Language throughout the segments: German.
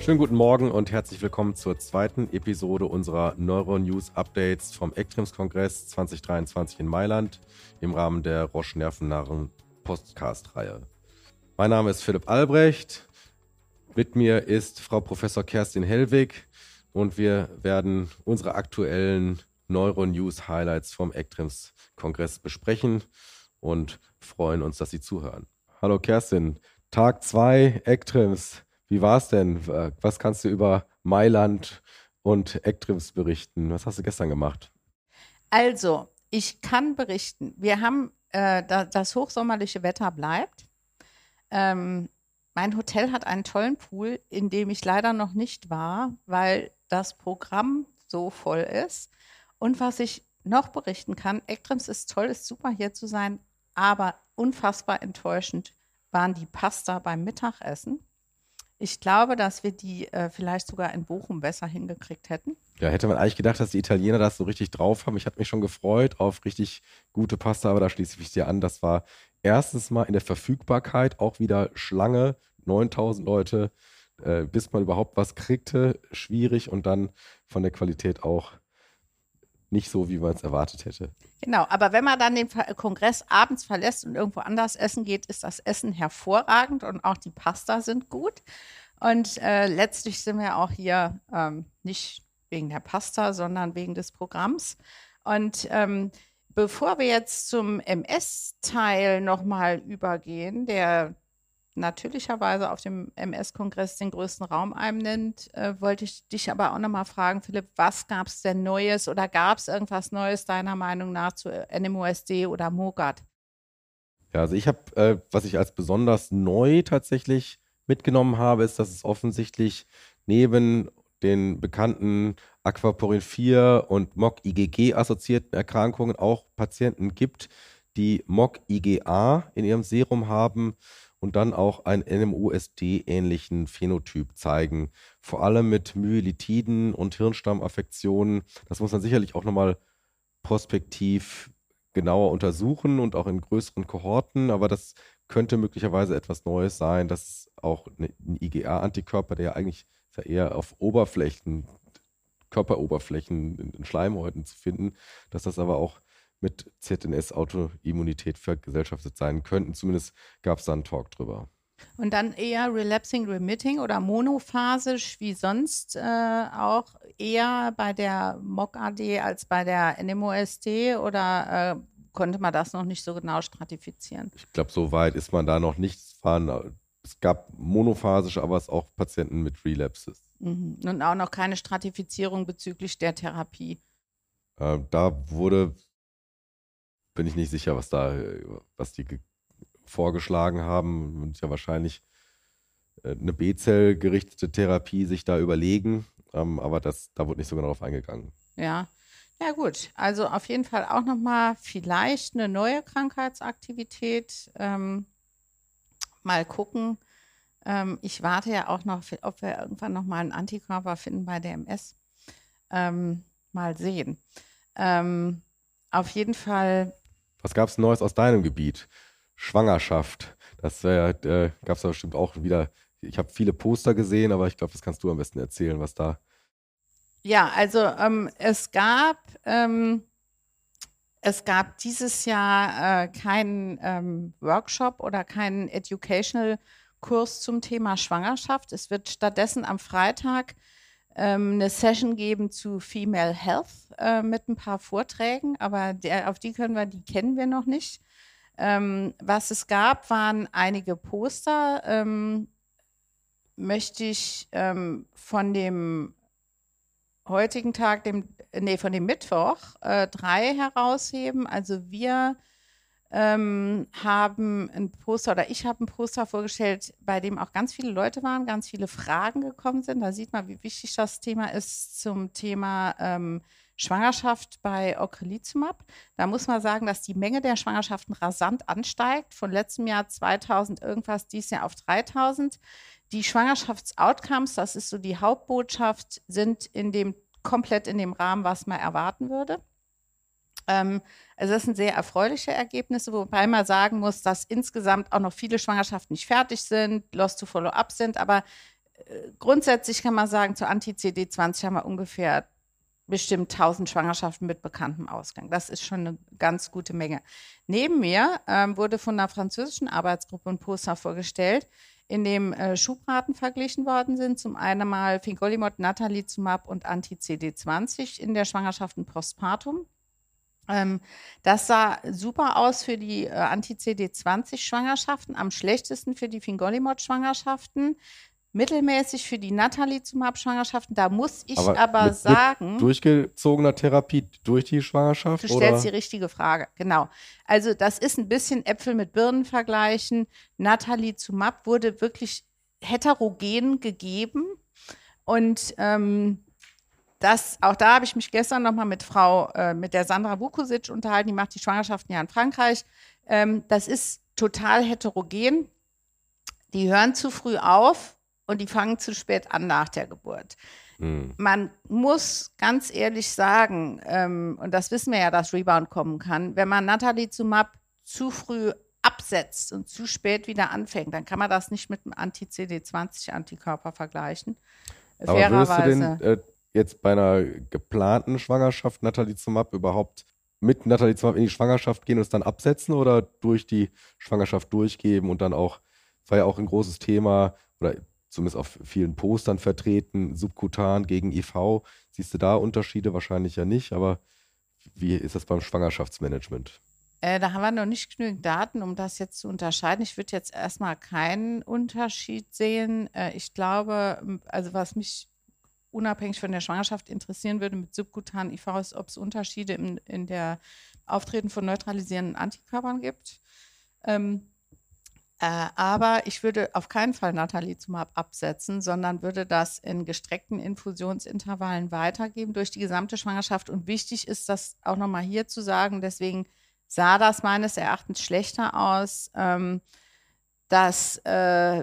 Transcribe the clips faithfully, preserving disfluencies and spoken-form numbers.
Schönen guten Morgen und herzlich willkommen zur zweiten Episode unserer Neuro-News-Updates vom ECTRIMS-Kongress zwanzig dreiundzwanzig in Mailand im Rahmen der Roche Nervennarren Podcast-Reihe. Mein Name ist Philipp Albrecht, mit mir ist Frau Professor Kerstin Hellwig und wir werden unsere aktuellen Neuro-News-Highlights vom ECTRIMS-Kongress besprechen und freuen uns, dass Sie zuhören. Hallo Kerstin, Tag zwei ECTRIMS. Wie war es denn? Was kannst du über Mailand und ECTRIMS berichten? Was hast du gestern gemacht? Also, ich kann berichten, wir haben, äh, da, das hochsommerliche Wetter bleibt. Ähm, mein Hotel hat einen tollen Pool, in dem ich leider noch nicht war, weil das Programm so voll ist. Und was ich noch berichten kann, ECTRIMS ist toll, ist super hier zu sein, aber unfassbar enttäuschend waren die Pasta beim Mittagessen. Ich glaube, dass wir die äh, vielleicht sogar in Bochum besser hingekriegt hätten. Ja, hätte man eigentlich gedacht, dass die Italiener das so richtig drauf haben. Ich hatte mich schon gefreut auf richtig gute Pasta, aber da schließe ich mich dir an. Das war erstens mal in der Verfügbarkeit auch wieder Schlange, neuntausend Leute, äh, bis man überhaupt was kriegte, schwierig und dann von der Qualität auch nicht so, wie man es erwartet hätte. Genau, aber wenn man dann den Kongress abends verlässt und irgendwo anders essen geht, ist das Essen hervorragend und auch die Pasta sind gut. Und äh, letztlich sind wir auch hier ähm, nicht wegen der Pasta, sondern wegen des Programms. Und ähm, bevor wir jetzt zum M S-Teil nochmal übergehen, der natürlicherweise auf dem M S-Kongress den größten Raum einnimmt, äh, wollte ich dich aber auch nochmal fragen, Philipp, was gab es denn Neues oder gab es irgendwas Neues deiner Meinung nach zu N M O S D oder MOGAD? Ja, also ich habe, äh, was ich als besonders neu tatsächlich mitgenommen habe, ist, dass es offensichtlich neben den bekannten Aquaporin vier und M O C I G G-assoziierten Erkrankungen auch Patienten gibt, die M O C I G A in ihrem Serum haben und dann auch einen N M O S D-ähnlichen Phänotyp zeigen. Vor allem mit Myelitiden und Hirnstammaffektionen. Das muss man sicherlich auch nochmal prospektiv genauer untersuchen und auch in größeren Kohorten, aber das könnte möglicherweise etwas Neues sein, dass auch ein I G A-Antikörper, der ja eigentlich ist ja eher auf Oberflächen, Körperoberflächen, in Schleimhäuten zu finden, dass das aber auch mit Z N S-Autoimmunität vergesellschaftet sein könnten. Zumindest gab es da einen Talk drüber. Und dann eher Relapsing Remitting oder monophasisch wie sonst äh, auch eher bei der M O C A D als bei der N M O S D oder äh, konnte man das noch nicht so genau stratifizieren? Ich glaube, so weit ist man da noch nicht fahren. Es gab monophasische, aber es auch Patienten mit Relapses. Mhm. Und auch noch keine Stratifizierung bezüglich der Therapie. Äh, da wurde bin ich nicht sicher, was da, was die vorgeschlagen haben. Und ja wahrscheinlich eine B-Zell-gerichtete Therapie sich da überlegen, ähm, aber das, da wurde nicht so genau drauf eingegangen. Ja, ja gut. Also auf jeden Fall auch nochmal vielleicht eine neue Krankheitsaktivität. Ähm, mal gucken. Ähm, ich warte ja auch noch, ob wir irgendwann nochmal einen Antikörper finden bei der M S. Ähm, mal sehen. Ähm, auf jeden Fall. Was gab es Neues aus deinem Gebiet? Schwangerschaft. Das äh, äh, gab es da bestimmt auch wieder. Ich habe viele Poster gesehen, aber ich glaube, das kannst du am besten erzählen, was da. Ja, also ähm, es gab ähm, es gab dieses Jahr äh, keinen ähm, Workshop oder keinen Educational Kurs zum Thema Schwangerschaft. Es wird stattdessen am Freitag ähm, eine Session geben zu Female Health äh, mit ein paar Vorträgen, aber der, auf die können wir, die kennen wir noch nicht. Ähm, was es gab, waren einige Poster. Ähm, möchte ich ähm, von dem heutigen Tag, dem, nee, von dem Mittwoch, äh, drei herausheben. Also wir ähm, haben ein Poster oder ich habe ein Poster vorgestellt, bei dem auch ganz viele Leute waren, ganz viele Fragen gekommen sind. Da sieht man, wie wichtig das Thema ist zum Thema ähm, Schwangerschaft bei Ocrelizumab. Da muss man sagen, dass die Menge der Schwangerschaften rasant ansteigt. Von letztem Jahr zweitausend irgendwas, dieses Jahr auf dreitausend. Die Schwangerschaftsoutcomes, das ist so die Hauptbotschaft, sind in dem, komplett in dem Rahmen, was man erwarten würde. Ähm, also das sind sehr erfreuliche Ergebnisse, wobei man sagen muss, dass insgesamt auch noch viele Schwangerschaften nicht fertig sind, lost to follow up sind, aber grundsätzlich kann man sagen, zu Anti-C D zwanzig haben wir ungefähr bestimmt tausend Schwangerschaften mit bekanntem Ausgang. Das ist schon eine ganz gute Menge. Neben mir ähm, wurde von einer französischen Arbeitsgruppe ein Poster vorgestellt, in dem äh, Schubraten verglichen worden sind. Zum einen mal Fingolimod, Natalizumab und Anti-C D zwanzig in der Schwangerschaft und Postpartum. Ähm, das sah super aus für die äh, Anti-C D zwanzig Schwangerschaften, am schlechtesten für die Fingolimod-Schwangerschaften, mittelmäßig für die Natalizumab-Schwangerschaften. Da muss ich aber, aber mit, sagen. Mit durchgezogener Therapie durch die Schwangerschaft? Du stellst oder? Die richtige Frage, genau. Also, das ist ein bisschen Äpfel mit Birnen vergleichen. Natalizumab wurde wirklich heterogen gegeben. Und ähm, das, auch da habe ich mich gestern nochmal mit Frau, äh, mit der Sandra Vukusic unterhalten, die macht die Schwangerschaften ja in Frankreich. Ähm, das ist total heterogen. Die hören zu früh auf. Und die fangen zu spät an nach der Geburt. Mhm. Man muss ganz ehrlich sagen, ähm, und das wissen wir ja, dass Rebound kommen kann, wenn man Natalizumab zu früh absetzt und zu spät wieder anfängt, dann kann man das nicht mit einem Anti-C D zwanzig Antikörper vergleichen. Aber würdest du denn äh, jetzt bei einer geplanten Schwangerschaft Natalizumab überhaupt mit Natalizumab in die Schwangerschaft gehen und es dann absetzen oder durch die Schwangerschaft durchgeben und dann auch, das war ja auch ein großes Thema, oder zumindest auf vielen Postern vertreten, subkutan gegen I V. Siehst du da Unterschiede? Wahrscheinlich ja nicht, aber wie ist das beim Schwangerschaftsmanagement? Äh, da haben wir noch nicht genügend Daten, um das jetzt zu unterscheiden. Ich würde jetzt erstmal keinen Unterschied sehen. Äh, ich glaube, also was mich unabhängig von der Schwangerschaft interessieren würde mit subkutanen I V ist, ob es Unterschiede in, in der Auftreten von neutralisierenden Antikörpern gibt. Ähm, Äh, aber ich würde auf keinen Fall Natalizumab absetzen, sondern würde das in gestreckten Infusionsintervallen weitergeben durch die gesamte Schwangerschaft. Und wichtig ist das auch nochmal hier zu sagen, deswegen sah das meines Erachtens schlechter aus, ähm, dass äh,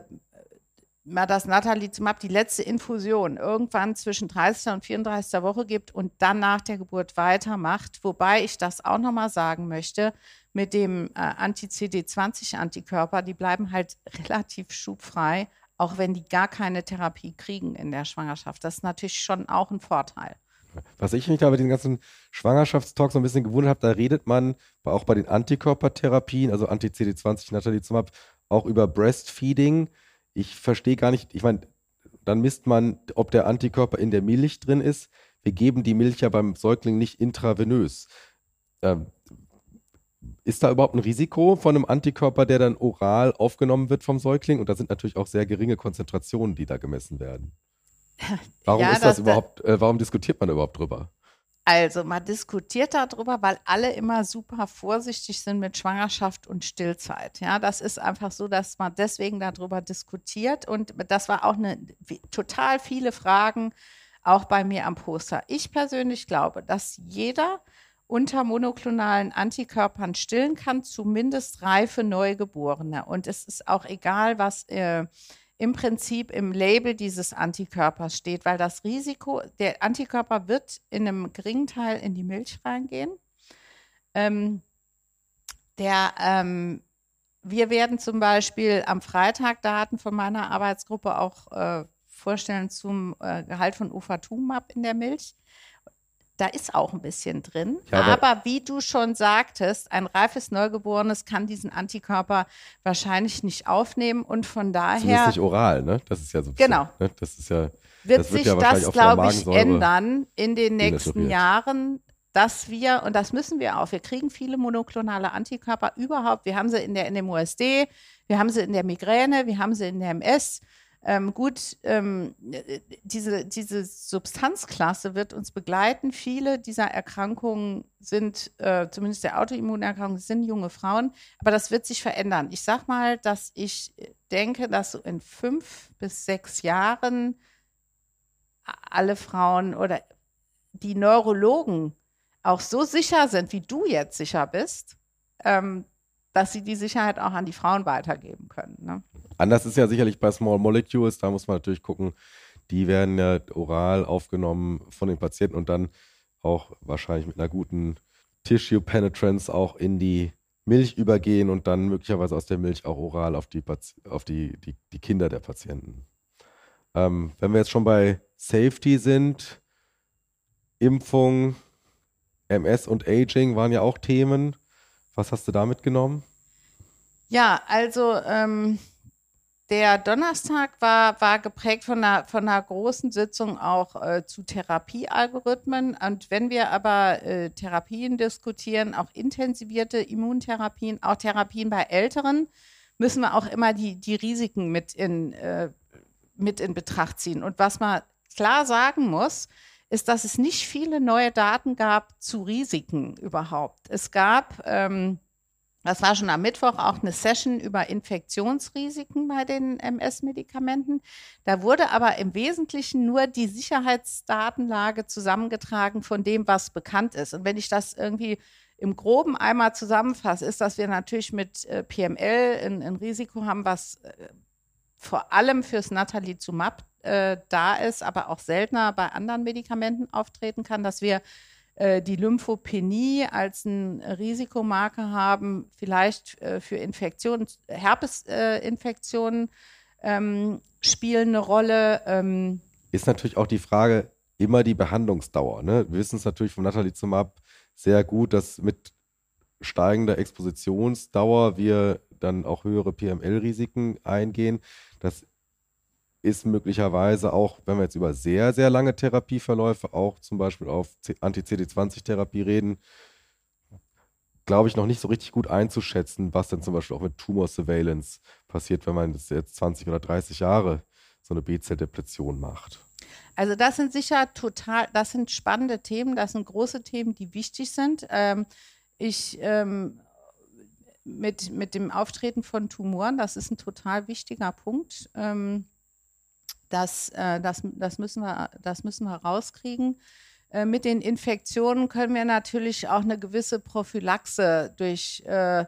man das Natalizumab, die letzte Infusion, irgendwann zwischen dreißigster und vierunddreißigster Woche gibt und dann nach der Geburt weitermacht. Wobei ich das auch nochmal sagen möchte, mit dem äh, Anti-C D zwanzig Antikörper, die bleiben halt relativ schubfrei, auch wenn die gar keine Therapie kriegen in der Schwangerschaft. Das ist natürlich schon auch ein Vorteil. Was ich mich da bei den ganzen Schwangerschaftstalk so ein bisschen gewundert habe, da redet man auch bei den Antikörpertherapien, also Anti-C D zwanzig, Natalizumab, auch über Breastfeeding. Ich verstehe gar nicht, ich meine, dann misst man, ob der Antikörper in der Milch drin ist. Wir geben die Milch ja beim Säugling nicht intravenös. Ähm, Ist da überhaupt ein Risiko von einem Antikörper, der dann oral aufgenommen wird vom Säugling? Und da sind natürlich auch sehr geringe Konzentrationen, die da gemessen werden. Warum ja, ist das, das überhaupt, äh, warum diskutiert man überhaupt drüber? Also man diskutiert darüber, weil alle immer super vorsichtig sind mit Schwangerschaft und Stillzeit. Ja, das ist einfach so, dass man deswegen darüber diskutiert. Und das war auch eine wie, total viele Fragen, auch bei mir am Poster. Ich persönlich glaube, dass jeder unter monoklonalen Antikörpern stillen kann, zumindest reife Neugeborene. Und es ist auch egal, was äh, im Prinzip im Label dieses Antikörpers steht, weil das Risiko, der Antikörper wird in einem geringen Teil in die Milch reingehen. Ähm, der, ähm, wir werden zum Beispiel am Freitag Daten von meiner Arbeitsgruppe auch äh, vorstellen zum äh, Gehalt von Ofatumumab in der Milch. Da ist auch ein bisschen drin. Ja, aber, aber wie du schon sagtest, ein reifes Neugeborenes kann diesen Antikörper wahrscheinlich nicht aufnehmen und von daher. Zumindest nicht oral, ne? Das ist ja so. Genau. Ne? Das ist ja. Wird das sich wird ja das, glaube ich, ändern in den nächsten Jahren, dass wir, und das müssen wir auch, wir kriegen viele monoklonale Antikörper überhaupt. Wir haben sie in der N M O S D, wir haben sie in der Migräne, wir haben sie in der M S. Ähm, gut, ähm, diese, diese Substanzklasse wird uns begleiten. Viele dieser Erkrankungen sind, äh, zumindest der Autoimmunerkrankungen, sind junge Frauen. Aber das wird sich verändern. Ich sage mal, dass ich denke, dass so in fünf bis sechs Jahren alle Frauen oder die Neurologen auch so sicher sind, wie du jetzt sicher bist, ähm, dass sie die Sicherheit auch an die Frauen weitergeben können. Ne? Anders ist ja sicherlich bei Small Molecules, da muss man natürlich gucken, die werden ja oral aufgenommen von den Patienten und dann auch wahrscheinlich mit einer guten Tissue Penetrance auch in die Milch übergehen und dann möglicherweise aus der Milch auch oral auf die, auf die, die, die Kinder der Patienten. Ähm, wenn wir jetzt schon bei Safety sind, Impfung, M S und Aging waren ja auch Themen. Was hast du da mitgenommen? Ja, also ähm, der Donnerstag war, war geprägt von einer, von einer großen Sitzung auch äh, zu Therapiealgorithmen. Und wenn wir aber äh, Therapien diskutieren, auch intensivierte Immuntherapien, auch Therapien bei Älteren, müssen wir auch immer die, die Risiken mit in, äh, mit in Betracht ziehen. Und was man klar sagen muss, ist, dass es nicht viele neue Daten gab zu Risiken überhaupt. Es gab ähm, das war schon am Mittwoch auch eine Session über Infektionsrisiken bei den M S-Medikamenten. Da wurde aber im Wesentlichen nur die Sicherheitsdatenlage zusammengetragen von dem, was bekannt ist. Und wenn ich das irgendwie im Groben einmal zusammenfasse, ist, dass wir natürlich mit äh, P M L ein, ein Risiko haben, was äh, vor allem fürs Natalizumab äh, da ist, aber auch seltener bei anderen Medikamenten auftreten kann, dass wir die Lymphopenie als ein Risikomarker haben, vielleicht äh, für Infektionen, Herpesinfektionen ähm, spielen eine Rolle. Ähm. Ist natürlich auch die Frage, immer die Behandlungsdauer. Ne? Wir wissen es natürlich vom Natalizumab sehr gut, dass mit steigender Expositionsdauer wir dann auch höhere P M L-Risiken eingehen. Das ist möglicherweise auch, wenn wir jetzt über sehr, sehr lange Therapieverläufe, auch zum Beispiel auf Anti-C D zwanzig Therapie reden, glaube ich, noch nicht so richtig gut einzuschätzen, was denn zum Beispiel auch mit Tumor Surveillance passiert, wenn man das jetzt zwanzig oder dreißig Jahre so eine B-Zell-Depletion macht. Also das sind sicher total, das sind spannende Themen, das sind große Themen, die wichtig sind. Ähm, ich ähm, mit, mit dem Auftreten von Tumoren, das ist ein total wichtiger Punkt. Ähm, Das, äh, das, das, müssen wir, das müssen wir rauskriegen. Äh, mit den Infektionen können wir natürlich auch eine gewisse Prophylaxe durch äh,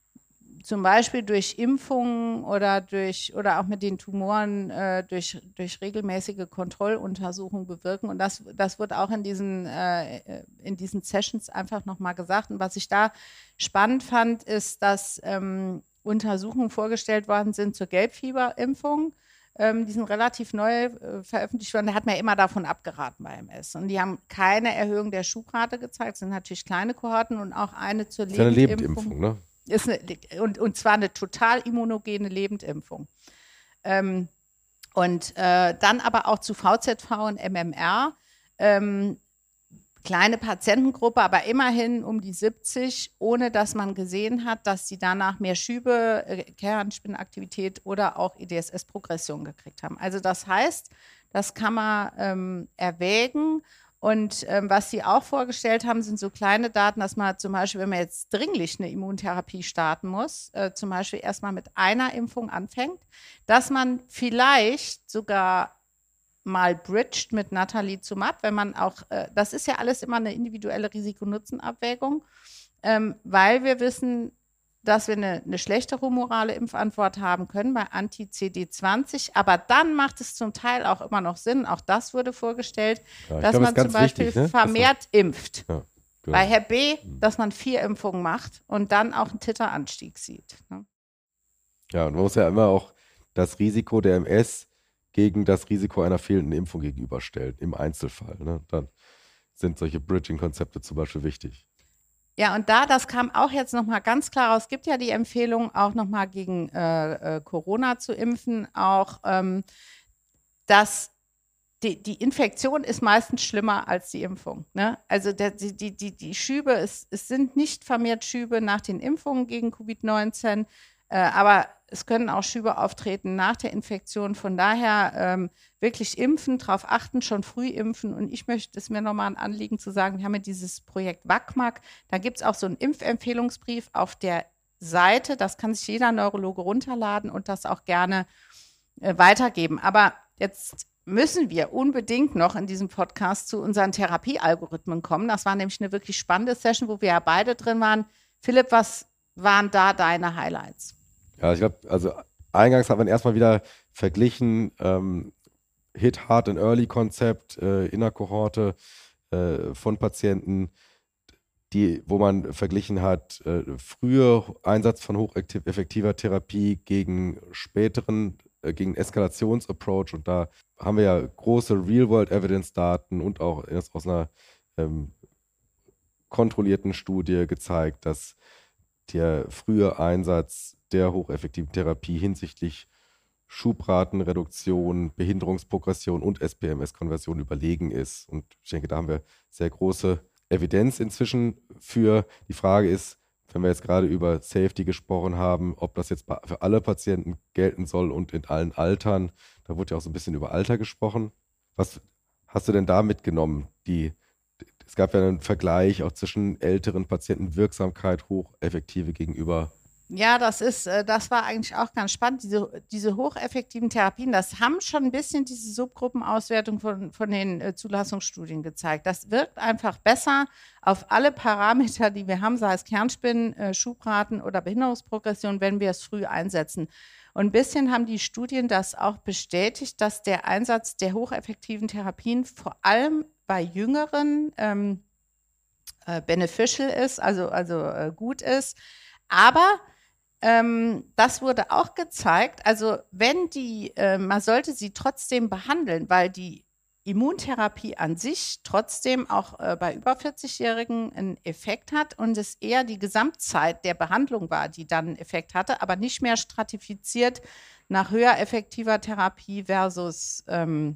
zum Beispiel durch Impfungen oder durch oder auch mit den Tumoren äh, durch, durch regelmäßige Kontrolluntersuchungen bewirken. Und das, das wird auch in diesen, äh, in diesen Sessions einfach nochmal gesagt. Und was ich da spannend fand, ist, dass ähm, Untersuchungen vorgestellt worden sind zur Gelbfieberimpfung. Ähm, die sind relativ neu äh, veröffentlicht worden. Da hat man ja immer davon abgeraten bei M S. Und die haben keine Erhöhung der Schubrate gezeigt. Das sind natürlich kleine Kohorten und auch eine zur Das ist ja eine Lebendimpfung. Lebendimpfung, ne? Ist eine, und, und zwar eine total immunogene Lebendimpfung. Ähm, und äh, dann aber auch zu V Z V und M M R. Ähm, kleine Patientengruppe, aber immerhin um die siebzig, ohne dass man gesehen hat, dass sie danach mehr Schübe, äh, Kernspinaktivität oder auch I D S S-Progression gekriegt haben. Also das heißt, das kann man ähm, erwägen. Und ähm, was sie auch vorgestellt haben, sind so kleine Daten, dass man zum Beispiel, wenn man jetzt dringlich eine Immuntherapie starten muss, äh, zum Beispiel erstmal mit einer Impfung anfängt, dass man vielleicht sogar mal bridged mit Natalizumab, wenn man auch, äh, das ist ja alles immer eine individuelle Risiko-Nutzen-Abwägung, ähm, weil wir wissen, dass wir eine, eine schlechte humorale Impfantwort haben können bei Anti-C D zwanzig, aber dann macht es zum Teil auch immer noch Sinn, auch das wurde vorgestellt, Ja, dass glaub, man das zum Beispiel wichtig, ne? vermehrt man, impft. Ja, genau. Bei Hep B, dass man vier Impfungen macht und dann auch einen Titeranstieg sieht. Ne? Ja, und man muss ja immer auch das Risiko der M S gegen das Risiko einer fehlenden Impfung gegenüberstellen, im Einzelfall. Ne? Dann sind solche Bridging-Konzepte zum Beispiel wichtig. Ja, und da, das kam auch jetzt nochmal ganz klar raus, es gibt ja die Empfehlung, auch nochmal gegen äh, äh, Corona zu impfen, auch, ähm, dass die, die Infektion ist meistens schlimmer als die Impfung. Ne? Also der, die, die, die, die Schübe, es, es sind nicht vermehrt Schübe nach den Impfungen gegen Covid neunzehn, äh, aber es können auch Schübe auftreten nach der Infektion. Von daher ähm, wirklich impfen, darauf achten, schon früh impfen. Und ich möchte es mir nochmal ein Anliegen zu sagen, wir haben ja dieses Projekt W A C M A C, da gibt es auch so einen Impfempfehlungsbrief auf der Seite. Das kann sich jeder Neurologe runterladen und das auch gerne äh, weitergeben. Aber jetzt müssen wir unbedingt noch in diesem Podcast zu unseren Therapiealgorithmen kommen. Das war nämlich eine wirklich spannende Session, wo wir ja beide drin waren. Philipp, was waren da deine Highlights? Ja, ich glaube, also eingangs hat man erstmal wieder verglichen, ähm, Hit Hard and Early Konzept äh, in der Kohorte äh, von Patienten, die, wo man verglichen hat, äh, frühe Einsatz von hocheffektiver Therapie gegen späteren äh, gegen Eskalationsapproach und da haben wir ja große Real-World-Evidence-Daten und auch erst aus einer ähm, kontrollierten Studie gezeigt, dass der frühe Einsatz der hocheffektiven Therapie hinsichtlich Schubratenreduktion, Behinderungsprogression und S P M S-Konversion überlegen ist. Und ich denke, da haben wir sehr große Evidenz inzwischen für. Die Frage ist, wenn wir jetzt gerade über Safety gesprochen haben, ob das jetzt für alle Patienten gelten soll und in allen Altern. Da wurde ja auch so ein bisschen über Alter gesprochen. Was hast du denn da mitgenommen? Die, es gab ja einen Vergleich auch zwischen älteren Patienten, Wirksamkeit, hocheffektive gegenüber. Ja, das ist, äh, das war eigentlich auch ganz spannend. Diese, diese hocheffektiven Therapien, das haben schon ein bisschen diese Subgruppenauswertung von, von den äh, Zulassungsstudien gezeigt. Das wirkt einfach besser auf alle Parameter, die wir haben, sei es Kernspinnen, äh, Schubraten oder Behinderungsprogression, wenn wir es früh einsetzen. Und ein bisschen haben die Studien das auch bestätigt, dass der Einsatz der hocheffektiven Therapien vor allem bei Jüngeren ähm, äh, beneficial ist, also, also äh, gut ist. Aber Ähm, das wurde auch gezeigt, also wenn die, äh, man sollte sie trotzdem behandeln, weil die Immuntherapie an sich trotzdem auch äh, bei über vierzig-Jährigen einen Effekt hat und es eher die Gesamtzeit der Behandlung war, die dann einen Effekt hatte, aber nicht mehr stratifiziert nach höher effektiver Therapie versus ähm,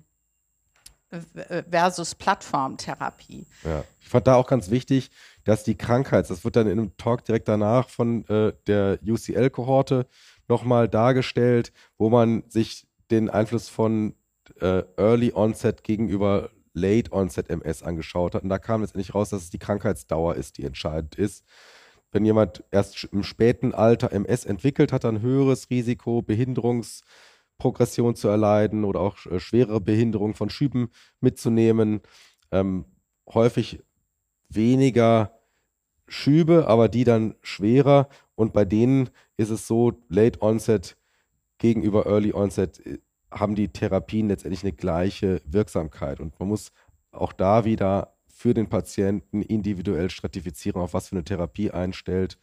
versus Plattformtherapie. Ja. Ich fand da auch ganz wichtig, dass die Krankheits, das wird dann in einem Talk direkt danach von äh, der U C L-Kohorte nochmal dargestellt, wo man sich den Einfluss von äh, Early Onset gegenüber Late Onset M S angeschaut hat. Und da kam letztendlich raus, dass es die Krankheitsdauer ist, die entscheidend ist. Wenn jemand erst im späten Alter M S entwickelt, hat er ein höheres Risiko, Behinderungsprogression zu erleiden oder auch äh, schwere Behinderung von Schüben mitzunehmen. Ähm, häufig weniger Schübe, aber die dann schwerer. Und bei denen ist es so, Late Onset gegenüber Early Onset haben die Therapien letztendlich eine gleiche Wirksamkeit. Und man muss auch da wieder für den Patienten individuell stratifizieren, auf was für eine Therapie einstellt.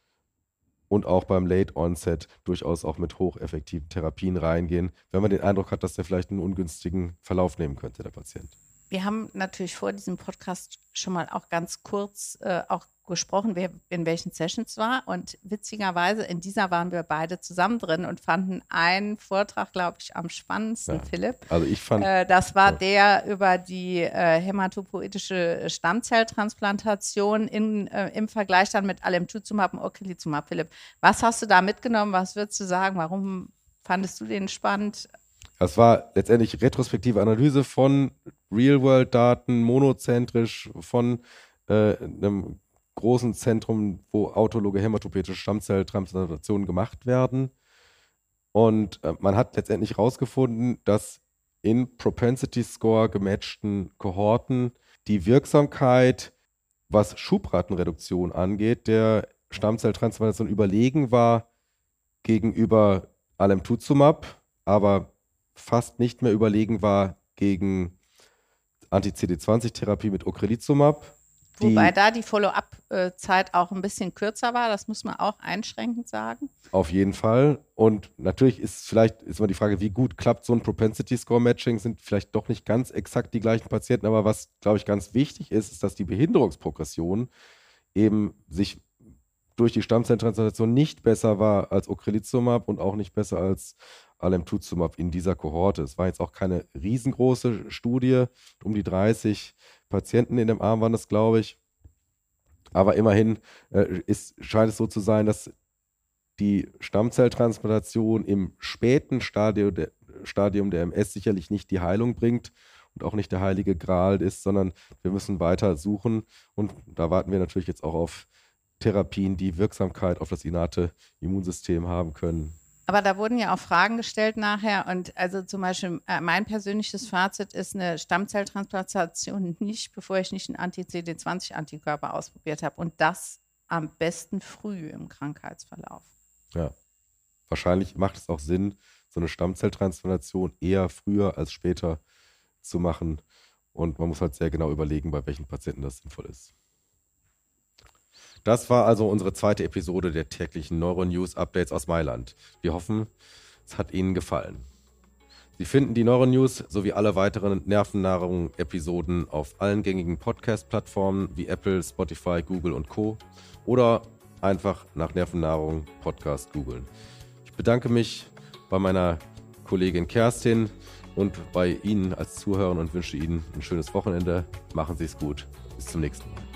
Und auch beim Late Onset durchaus auch mit hocheffektiven Therapien reingehen, wenn man den Eindruck hat, dass der vielleicht einen ungünstigen Verlauf nehmen könnte, der Patient. Wir haben natürlich vor diesem Podcast schon mal auch ganz kurz äh, auch gesprochen, wer in welchen Sessions war. Und witzigerweise, in dieser waren wir beide zusammen drin und fanden einen Vortrag, glaube ich, am spannendsten, Ja, Philipp. Also ich fand. Äh, das war ja. der über die äh, hämatopoietische Stammzelltransplantation in, äh, im Vergleich dann mit Alemtuzumab und Ocrelizumab. Philipp, was hast du da mitgenommen? Was würdest du sagen? Warum fandest du den spannend? Das war letztendlich retrospektive Analyse von Real-World-Daten, monozentrisch von äh, einem großen Zentrum, wo autologe hämatopoietische Stammzelltransplantationen gemacht werden. Und äh, man hat letztendlich herausgefunden, dass in Propensity-Score gematchten Kohorten die Wirksamkeit, was Schubratenreduktion angeht, der Stammzelltransplantation überlegen war gegenüber Alemtuzumab, aber fast nicht mehr überlegen war gegen Anti-C D zwanzig Therapie mit Ocrelizumab. Wobei da die Follow-up-Zeit auch ein bisschen kürzer war, das muss man auch einschränkend sagen. Auf jeden Fall. Und natürlich ist vielleicht ist immer die Frage, wie gut klappt so ein Propensity-Score-Matching, sind vielleicht doch nicht ganz exakt die gleichen Patienten, aber was, glaube ich, ganz wichtig ist, ist, dass die Behinderungsprogression eben sich durch die Stammzelltransplantation nicht besser war als Ocrelizumab und auch nicht besser als Alemtuzumab in dieser Kohorte. Es war jetzt auch keine riesengroße Studie, um die dreißig Patienten in dem Arm waren das, glaube ich. Aber immerhin äh, ist, scheint es so zu sein, dass die Stammzelltransplantation im späten Stadium der, Stadium der M S sicherlich nicht die Heilung bringt und auch nicht der heilige Gral ist, sondern wir müssen weiter suchen. Und da warten wir natürlich jetzt auch auf Therapien, die Wirksamkeit auf das innate Immunsystem haben können. Aber da wurden ja auch Fragen gestellt nachher und also zum Beispiel äh, mein persönliches Fazit ist eine Stammzelltransplantation nicht, bevor ich nicht einen Anti-C D zwanzig Antikörper ausprobiert habe und das am besten früh im Krankheitsverlauf. Ja, wahrscheinlich macht es auch Sinn, so eine Stammzelltransplantation eher früher als später zu machen und man muss halt sehr genau überlegen, bei welchen Patienten das sinnvoll ist. Das war also unsere zweite Episode der täglichen Neuronews-Updates aus Mailand. Wir hoffen, es hat Ihnen gefallen. Sie finden die Neuronews sowie alle weiteren Nervennahrung-Episoden auf allen gängigen Podcast-Plattformen wie Apple, Spotify, Google und Co. oder einfach nach Nervennahrung Podcast googeln. Ich bedanke mich bei meiner Kollegin Kerstin und bei Ihnen als Zuhörer und wünsche Ihnen ein schönes Wochenende. Machen Sie es gut. Bis zum nächsten Mal.